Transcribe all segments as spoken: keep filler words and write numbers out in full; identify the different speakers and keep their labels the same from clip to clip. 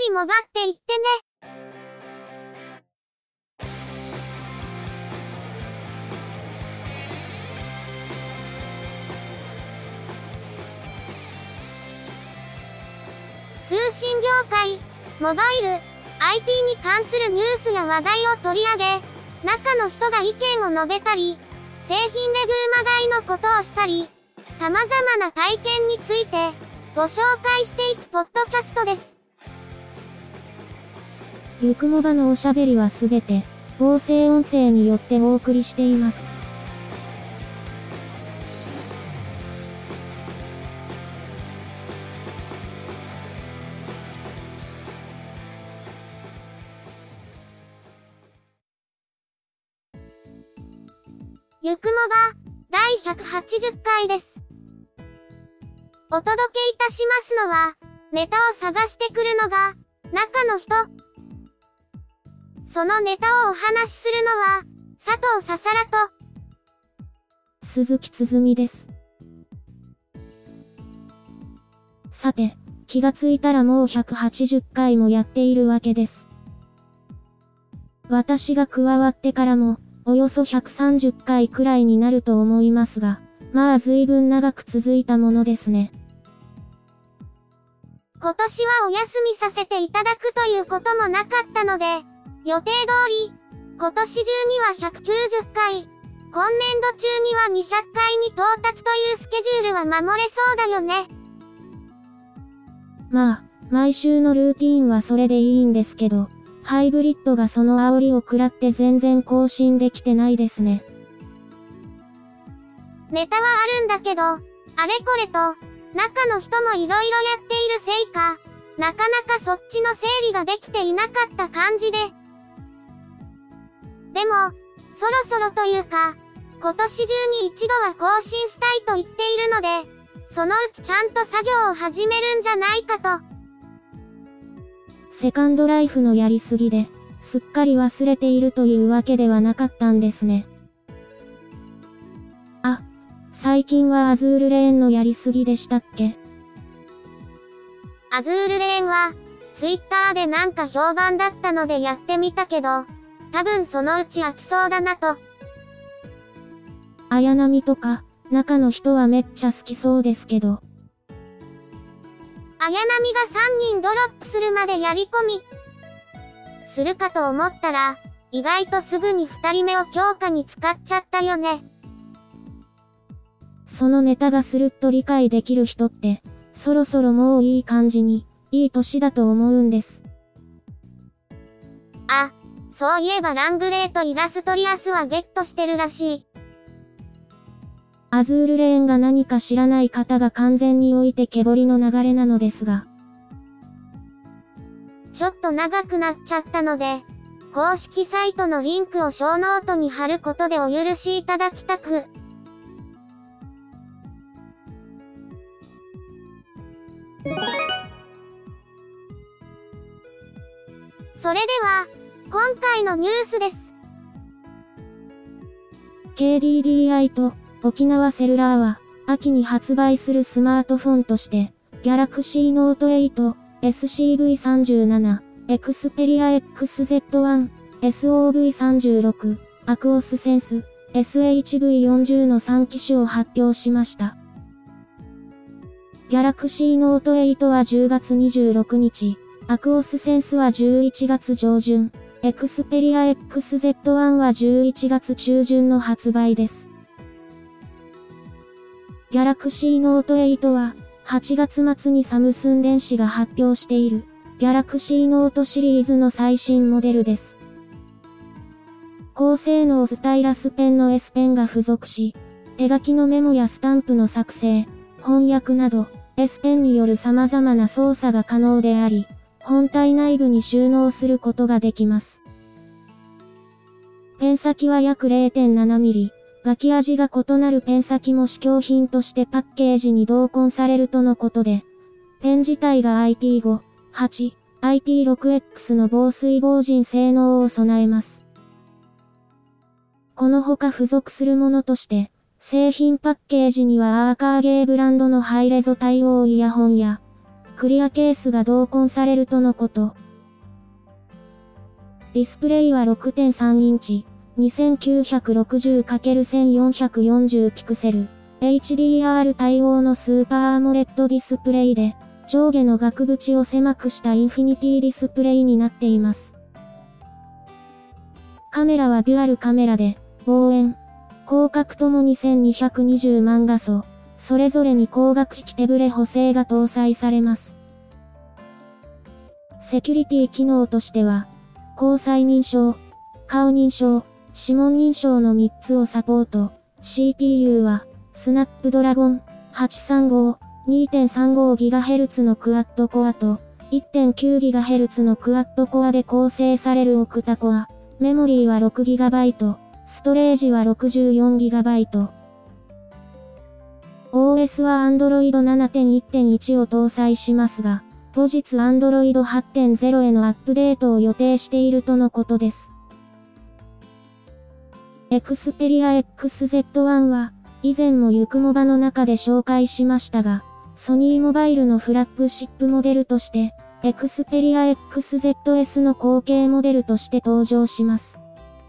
Speaker 1: りもばっていってね。通信業界、モバイル、アイティー に関するニュースや話題を取り上げ、中の人が意見を述べたり、製品レビューまがいのことをしたり、様々な体験についてご紹介していくポッドキャストです。
Speaker 2: ゆくもばのおしゃべりはすべて合成音声によってお送りしています。
Speaker 1: ゆくもばだいひゃくはちじゅっかいです。お届けいたしますのは、ネタを探してくるのが中の人。そのネタをお話しするのは佐藤ささらと
Speaker 2: 鈴木つづみです。さて、気がついたらもうひゃくはちじゅっかいもやっているわけです。私が加わってからもおよそひゃくさんじゅっかいくらいになると思いますが、まあ随分長く続いたものですね。
Speaker 1: 今年はお休みさせていただくということもなかったので、予定通り、今年中にはひゃくきゅうじゅっかい、今年度中にはにひゃっかいに到達というスケジュールは守れそうだよね。
Speaker 2: まあ、毎週のルーティーンはそれでいいんですけど、ハイブリッドがその煽りを食らって全然更新できてないですね。
Speaker 1: ネタはあるんだけど、あれこれと、中の人もいろいろやっているせいか、なかなかそっちの整理ができていなかった感じで。でも、そろそろというか、今年中に一度は更新したいと言っているので、そのうちちゃんと作業を始めるんじゃないかと。
Speaker 2: セカンドライフのやりすぎで、すっかり忘れているというわけではなかったんですね。あ、最近はアズールレーンのやりすぎでしたっけ？
Speaker 1: アズールレーンは、ツイッターでなんか評判だったのでやってみたけど、多分そのうち飽きそうだなと。
Speaker 2: 綾波とか、中の人はめっちゃ好きそうですけど。
Speaker 1: 綾波がさんにんドロップするまでやり込み。するかと思ったら、意外とすぐにふたりめを強化に使っちゃったよね。
Speaker 2: そのネタがスルッと理解できる人って、そろそろもういい感じに、いい年だと思うんです。
Speaker 1: あ、そういえばラングレーとイラストリアスはゲットしてるらしい。
Speaker 2: アズールレーンが何か知らない方が完全に置いてけぼりの流れなのですが。
Speaker 1: ちょっと長くなっちゃったので、公式サイトのリンクをショーノートに貼ることでお許しいただきたく。それでは、今回のニュースです。
Speaker 2: ケーディーディーアイ と沖縄セルラーは、秋に発売するスマートフォンとして、Galaxy Note エイト、エスシーブイさんじゅうなな、Xperia エックスゼットワン、エスオーブイさんじゅうろく、Aquos Sense、エスエイチブイよんじゅう のさん機種を発表しました。Galaxy Note エイトはじゅうがつにじゅうろくにち、Aquos Senseはじゅういちがつじょうじゅん、Xperia エックスゼットワン はじゅういちがつちゅうじゅんの発売です。Galaxy Note エイトは、はちがつ末にサムスン電子が発表している、Galaxy Note シリーズの最新モデルです。高性能スタイラスペンの S ペンが付属し、手書きのメモやスタンプの作成、翻訳など、S ペンによる様々な操作が可能であり、本体内部に収納することができます。ペン先は約 れいてんななミリ。書き味が異なるペン先も試供品としてパッケージに同梱されるとのことで、ペン自体が アイピーファイブ、はち、アイピーシックスエックス の防水防塵性能を備えます。この他付属するものとして、製品パッケージにはアーカーゲーブランドのハイレゾ対応イヤホンや、 クリアケースが同梱されるとのこと。ディスプレイは ろくてんさん インチ、にせんきゅうひゃくろくじゅうかけるせんよんひゃくよんじゅう ピクセル、エイチディーアール 対応のスーパーアモレッドディスプレイで、上下の額縁を狭くしたインフィニティディスプレイになっています。カメラはデュアルカメラで、望遠、広角ともにせんにひゃくにじゅうまん画素、それぞれに光学式手ブレ補正が搭載されます。セキュリティ機能としては、交際認証、顔認証、指紋認証のみっつをサポート。シーピーユー は、スナップドラゴンはちさんご、にてんさんごギガヘルツ のクアッドコアと いってんきゅうギガヘルツ のクアッドコアで構成されるオクタコア。メモリーは ろくギガバイト、ストレージは ろくじゅうよんギガバイト。オーエス は アンドロイドななてんいってんいち を搭載しますが、後日 アンドロイドはちてんゼロ へのアップデートを予定しているとのことです。Xperia エックスゼットワン は、以前もゆくもばの中で紹介しましたが、ソニーモバイルのフラッグシップモデルとして、Xperia エックスゼットエス の後継モデルとして登場します。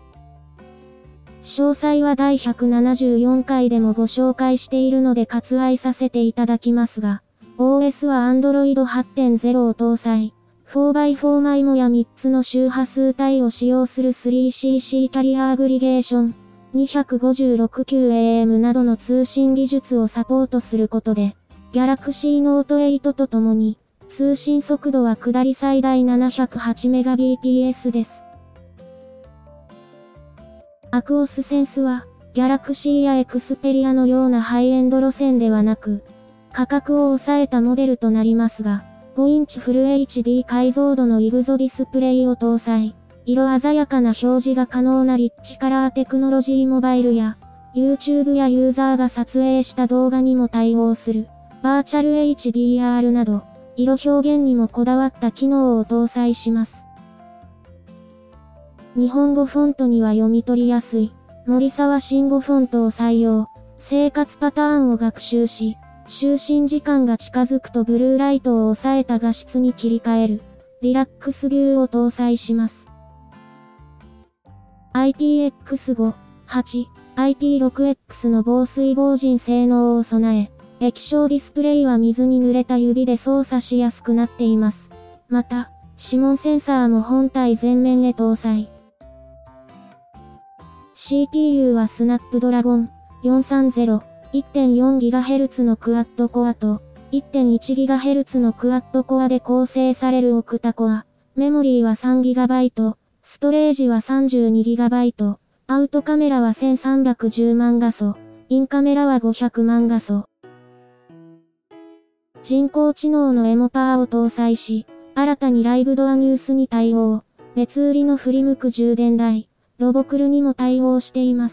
Speaker 2: 詳細はだいひゃくななじゅうよんかいでもご紹介しているので割愛させていただきますが、オーエス は アンドロイドはちてんゼロ を搭載。フォーバイフォー マイモやみっつの周波数帯を使用する スリーシーシー キャリアアグリゲーション、にひゃくごじゅうろくキューエーエム などの通信技術をサポートすることで、Galaxy Note エイトとともに、通信速度は下り最大 ななひゃくはちメガビーピーエス です。アクオスセンスは、Galaxy や Xperia のようなハイエンド路線ではなく、価格を抑えたモデルとなりますが、ごインチフル エイチディー 解像度のイグゾディスプレイを搭載。色鮮やかな表示が可能なリッチカラーテクノロジーモバイルや、YouTube やユーザーが撮影した動画にも対応する、バーチャル エイチディーアール など、色表現にもこだわった機能を搭載します。日本語フォントには読み取りやすい、森沢慎吾フォントを採用、生活パターンを学習し、就寝時間が近づくとブルーライトを抑えた画質に切り替える、リラックスビューを搭載します。アイピーエックスご、はち、アイピーシックスエックス の防水防塵性能を備え、液晶ディスプレイは水に濡れた指で操作しやすくなっています。また、指紋センサーも本体前面へ搭載。シーピーユー はスナップドラゴンよんさんゼロ、いってんよんギガヘルツ のクアッドコアと いってんいちギガヘルツ のクアッドコアで構成されるオクタコア。メモリーは さんギガバイト、ストレージは さんじゅうにギガバイト、アウトカメラはせんさんびゃくじゅうまん画素、インカメラはごひゃくまん画素。人工知能のエモパーを搭載し、新たにライブドアニュースに対応、別売りの振り向く充電台、ロボクルにも対応しています。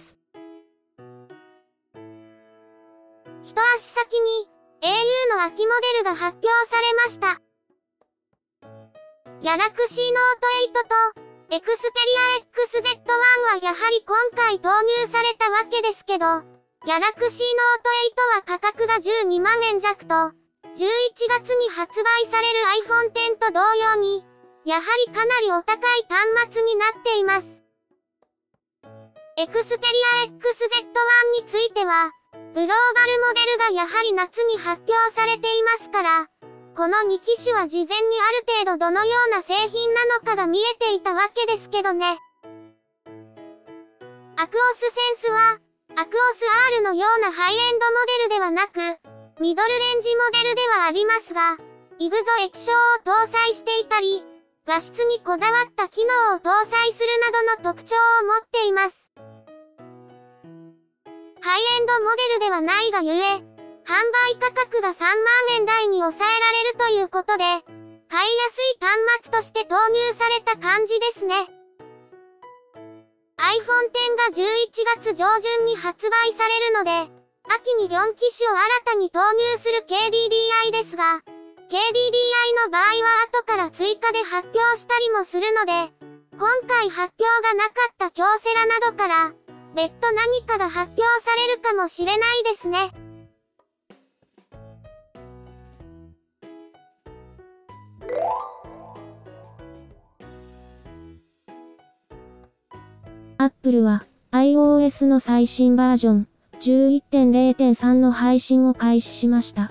Speaker 1: 一足先に エーユー の秋モデルが発表されました。Galaxy Note エイトと Xperia エックスゼットワン はやはり今回投入されたわけですけど、Galaxy Note エイトは価格がじゅうにまんえん弱と、じゅういちがつに発売される アイフォンテン と同様に、やはりかなりお高い端末になっています。Xperia エックスゼットワン については、グローバルモデルがやはり夏に発表されていますから、このに機種は事前にある程度どのような製品なのかが見えていたわけですけどね。アクオスセンスは、アクオス R のようなハイエンドモデルではなく、ミドルレンジモデルではありますが、イグゾ液晶を搭載していたり、画質にこだわった機能を搭載するなどの特徴を持っています。ハイエンドモデルではないがゆえ、販売価格がさんまんえん台に抑えられるということで、買いやすい端末として投入された感じですね。アイフォンテン がじゅういちがつじょうじゅんに発売されるので、秋によん機種を新たに投入する ケーディーディーアイ ですが、ケーディーディーアイ の場合は後から追加で発表したりもするので、今回発表がなかった京セラなどから、別途何かが発表されるかもしれないですね。
Speaker 2: Apple は iOS の最新バージョン じゅういってんゼロてんさん の配信を開始しました。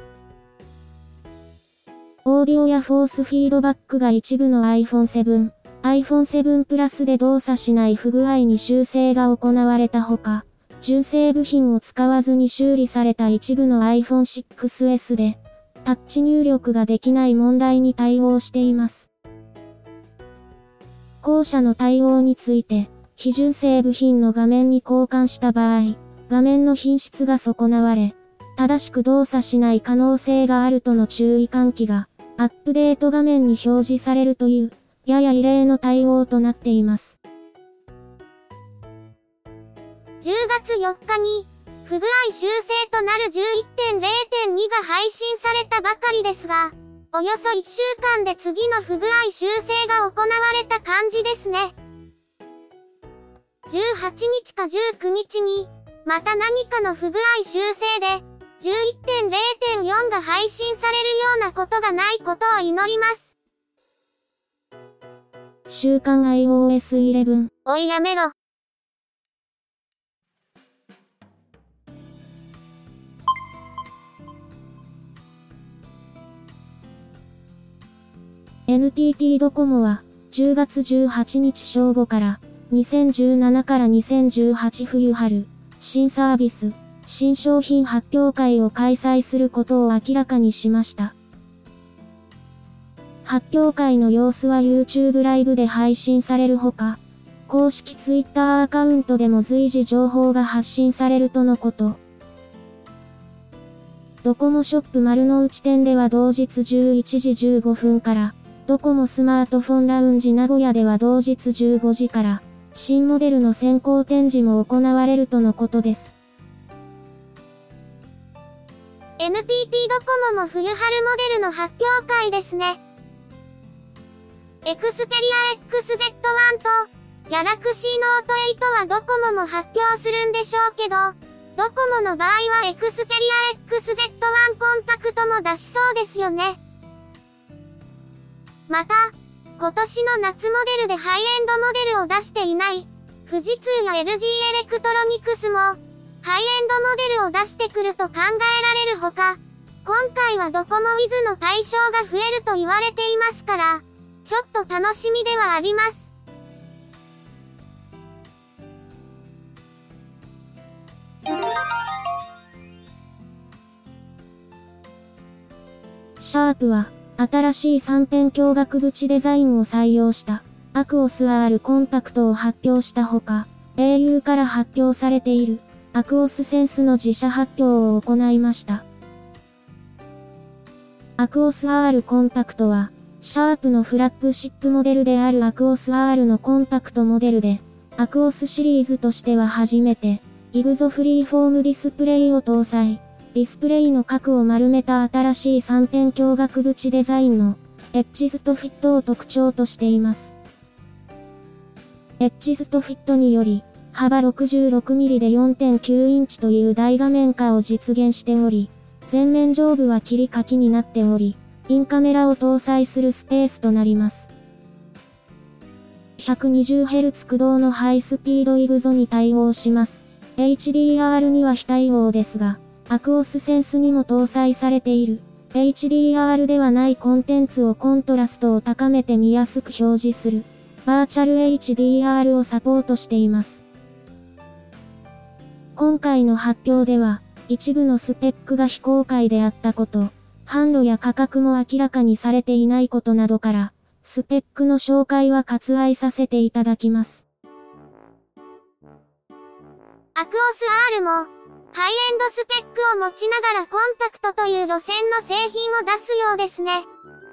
Speaker 2: オーディオやフォースフィードバックが一部の アイフォンセブン、アイフォンセブン プラスで動作しない不具合に修正が行われたほか、純正部品を使わずに修理された一部の アイフォンシックスエス で、タッチ入力ができない問題に対応しています。後者の対応について、非純正部品の画面に交換した場合、画面の品質が損なわれ、正しく動作しない可能性があるとの注意喚起が、アップデート画面に表示されるという、やや異例の対応となっています。
Speaker 1: じゅうがつよっかに、不具合修正となる じゅういってんゼロてんに が配信されたばかりですが、およそいっしゅうかんで次の不具合修正が行われた感じですね。じゅうはちにちかじゅうくにちに、また何かの不具合修正で、じゅういってんゼロてんよん が配信されるようなことがないことを祈ります。
Speaker 2: 週刊 アイオーエスじゅういち。
Speaker 1: おいやめろ。
Speaker 2: エヌティーティー ドコモは、じゅうがつじゅうはちにち正午から、にせんじゅうななからにせんじゅうはち冬春、新サービス、新商品発表会を開催することを明らかにしました。発表会の様子は YouTube ライブで配信されるほか、公式 Twitter アカウントでも随時情報が発信されるとのこと。ドコモショップ丸の内店では同日じゅういちじじゅうごふんから、ドコモスマートフォンラウンジ名古屋では同日じゅうごじから、新モデルの先行展示も行われるとのことです。
Speaker 1: エヌティーティー ドコモも冬春モデルの発表会ですね。エクスペリア エックスゼットワン と、ギャラクシーノートエイトはドコモも発表するんでしょうけど、ドコモの場合はエクスペリア エックスゼットワン コンパクトも出しそうですよね。また、今年の夏モデルでハイエンドモデルを出していない、富士通や エルジー エレクトロニクスも、ハイエンドモデルを出してくると考えられるほか、今回はドコモ Wiz の対象が増えると言われていますから、ちょっと楽しみではあります。
Speaker 2: シャープは、新しい三辺鏡額縁デザインを採用した、アクオス アール コンパクトを発表したほか、エーユー から発表されている、アクオスセンスの自社発表を行いました。アクオス アール コンパクトは、シャープのフラッグシップモデルであるアクオス アール のコンパクトモデルで、アクオスシリーズとしては初めて、イグゾフリーフォームディスプレイを搭載。ディスプレイの角を丸めた新しい三辺鏡額縁デザインの、エッジズとフィットを特徴としています。エッジズとフィットにより、幅 ろくじゅうろくミリ で よんてんきゅうインチという大画面化を実現しており、前面上部は切り欠きになっており、インカメラを搭載するスペースとなります。ひゃくにじゅうヘルツ 駆動のハイスピードイグゾに対応します。エイチディーアール には非対応ですが、アクオスセンスにも搭載されている、エイチディーアール ではないコンテンツをコントラストを高めて見やすく表示する、バーチャル エイチディーアール をサポートしています。今回の発表では、一部のスペックが非公開であったこと、販路や価格も明らかにされていないことなどから、スペックの紹介は割愛させていただきます。
Speaker 1: アクオス アール も、ハイエンドスペックを持ちながらコンパクトという路線の製品を出すようですね。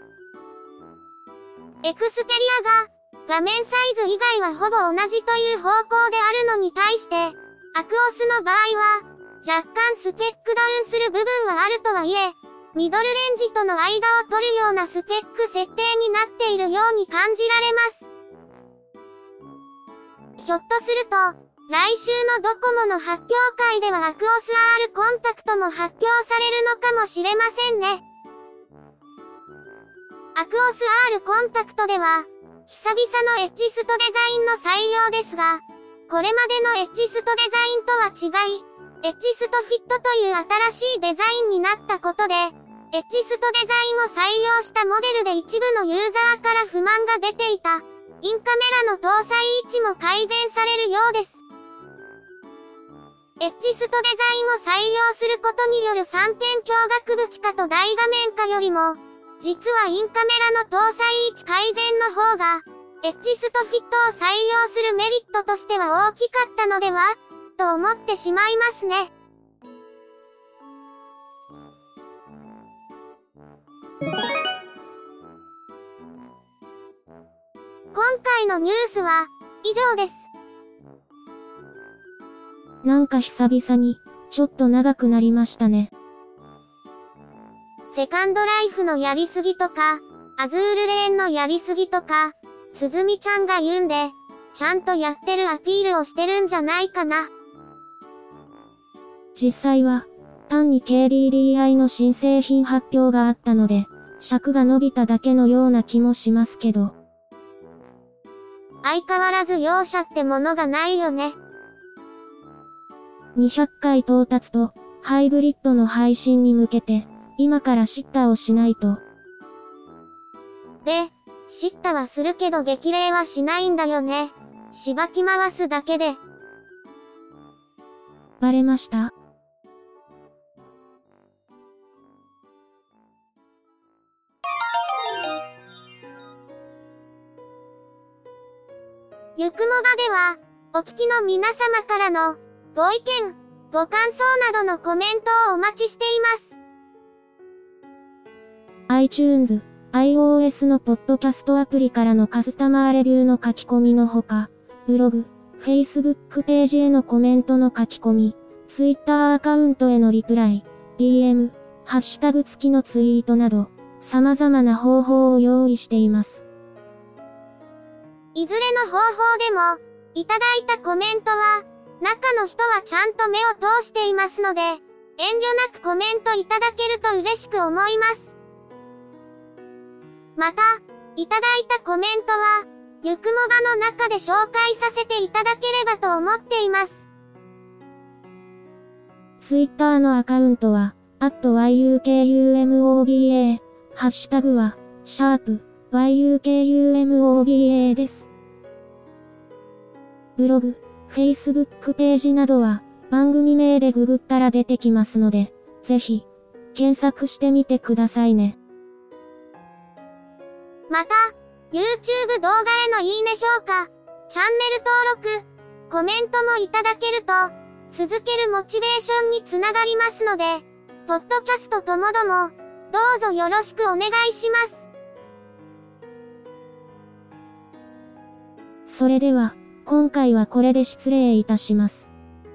Speaker 1: エクスペリアが、画面サイズ以外はほぼ同じという方向であるのに対して、アクオスの場合は、若干スペックダウンする部分はあるとはいえ、ミドルレンジとの間を取るようなスペック設定になっているように感じられます。ひょっとすると、来週のドコモの発表会ではアクオス アール コンパクトも発表されるのかもしれませんね。 アクオス R コンパクトでは、久々のエッジストデザインの採用ですが、これまでのエッジストデザインとは違い、エッジストフィットという新しいデザインになったことで、エッジストデザインを採用したモデルで一部のユーザーから不満が出ていた、インカメラの搭載位置も改善されるようです。エッジストデザインを採用することによるさんてん鏡学部地下と大画面化よりも、実はインカメラの搭載位置改善の方が、エッジストフィットを採用するメリットとしては大きかったのではと思ってしまいますね。今回のニュースは以上です。
Speaker 2: なんか久々に、ちょっと長くなりましたね。
Speaker 1: セカンドライフのやりすぎとか、アズールレーンのやりすぎとか、つづみちゃんが言うんで、ちゃんとやってるアピールをしてるんじゃないかな。
Speaker 2: 実際は、単に ケーディーディーアイ の新製品発表があったので、尺が伸びただけのような気もしますけど。
Speaker 1: 相変わらず容赦ってものがないよね。
Speaker 2: にひゃっかい到達と、ハイブリッドの配信に向けて、今からシッタをしないと。
Speaker 1: で、シッタはするけど激励はしないんだよね。しばき回すだけで。
Speaker 2: バレました？
Speaker 1: ゆくもばでは、お聞きの皆様からの、ご意見、ご感想などのコメントをお待ちしています。
Speaker 2: iTunes、iOS のポッドキャストアプリからのカスタマーレビューの書き込みのほか、ブログ、Facebook ページへのコメントの書き込み、Twitter アカウントへのリプライ、ディーエム、ハッシュタグ付きのツイートなど、様々な方法を用意しています。
Speaker 1: いずれの方法でも、いただいたコメントは、中の人はちゃんと目を通していますので、遠慮なくコメントいただけると嬉しく思います。また、いただいたコメントは、ゆくもばの中で紹介させていただければと思っています。
Speaker 2: Twitter のアカウントは、アットワイユーケーユーエムオービーエー、ハッシュタグは、シャープ、ワイユーケーユーエムオービーエー です。ブログ、Facebook ページなどは、番組名でググったら出てきますので、ぜひ、検索してみてくださいね。
Speaker 1: また、YouTube 動画へのいいね評価、チャンネル登録、コメントもいただけると、続けるモチベーションにつながりますので、ポッドキャストともども、どうぞよろしくお願いします。
Speaker 2: それでは、今回はこれで失礼いたします。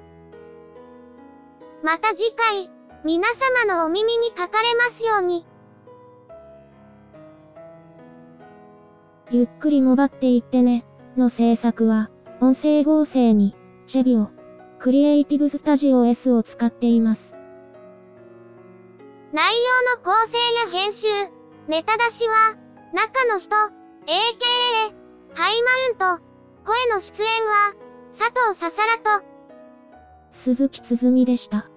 Speaker 1: また次回、皆様のお耳にかかれますように。
Speaker 2: ゆっくりもばっていってね、の制作は、音声合成に、チェビオ、クリエイティブスタジオ S を使っています。
Speaker 1: 内容の構成や編集、ネタ出しは、中の人、エーケーエー、ハイマウント、声の出演は、佐藤ささらと、
Speaker 2: 鈴木つづみでした。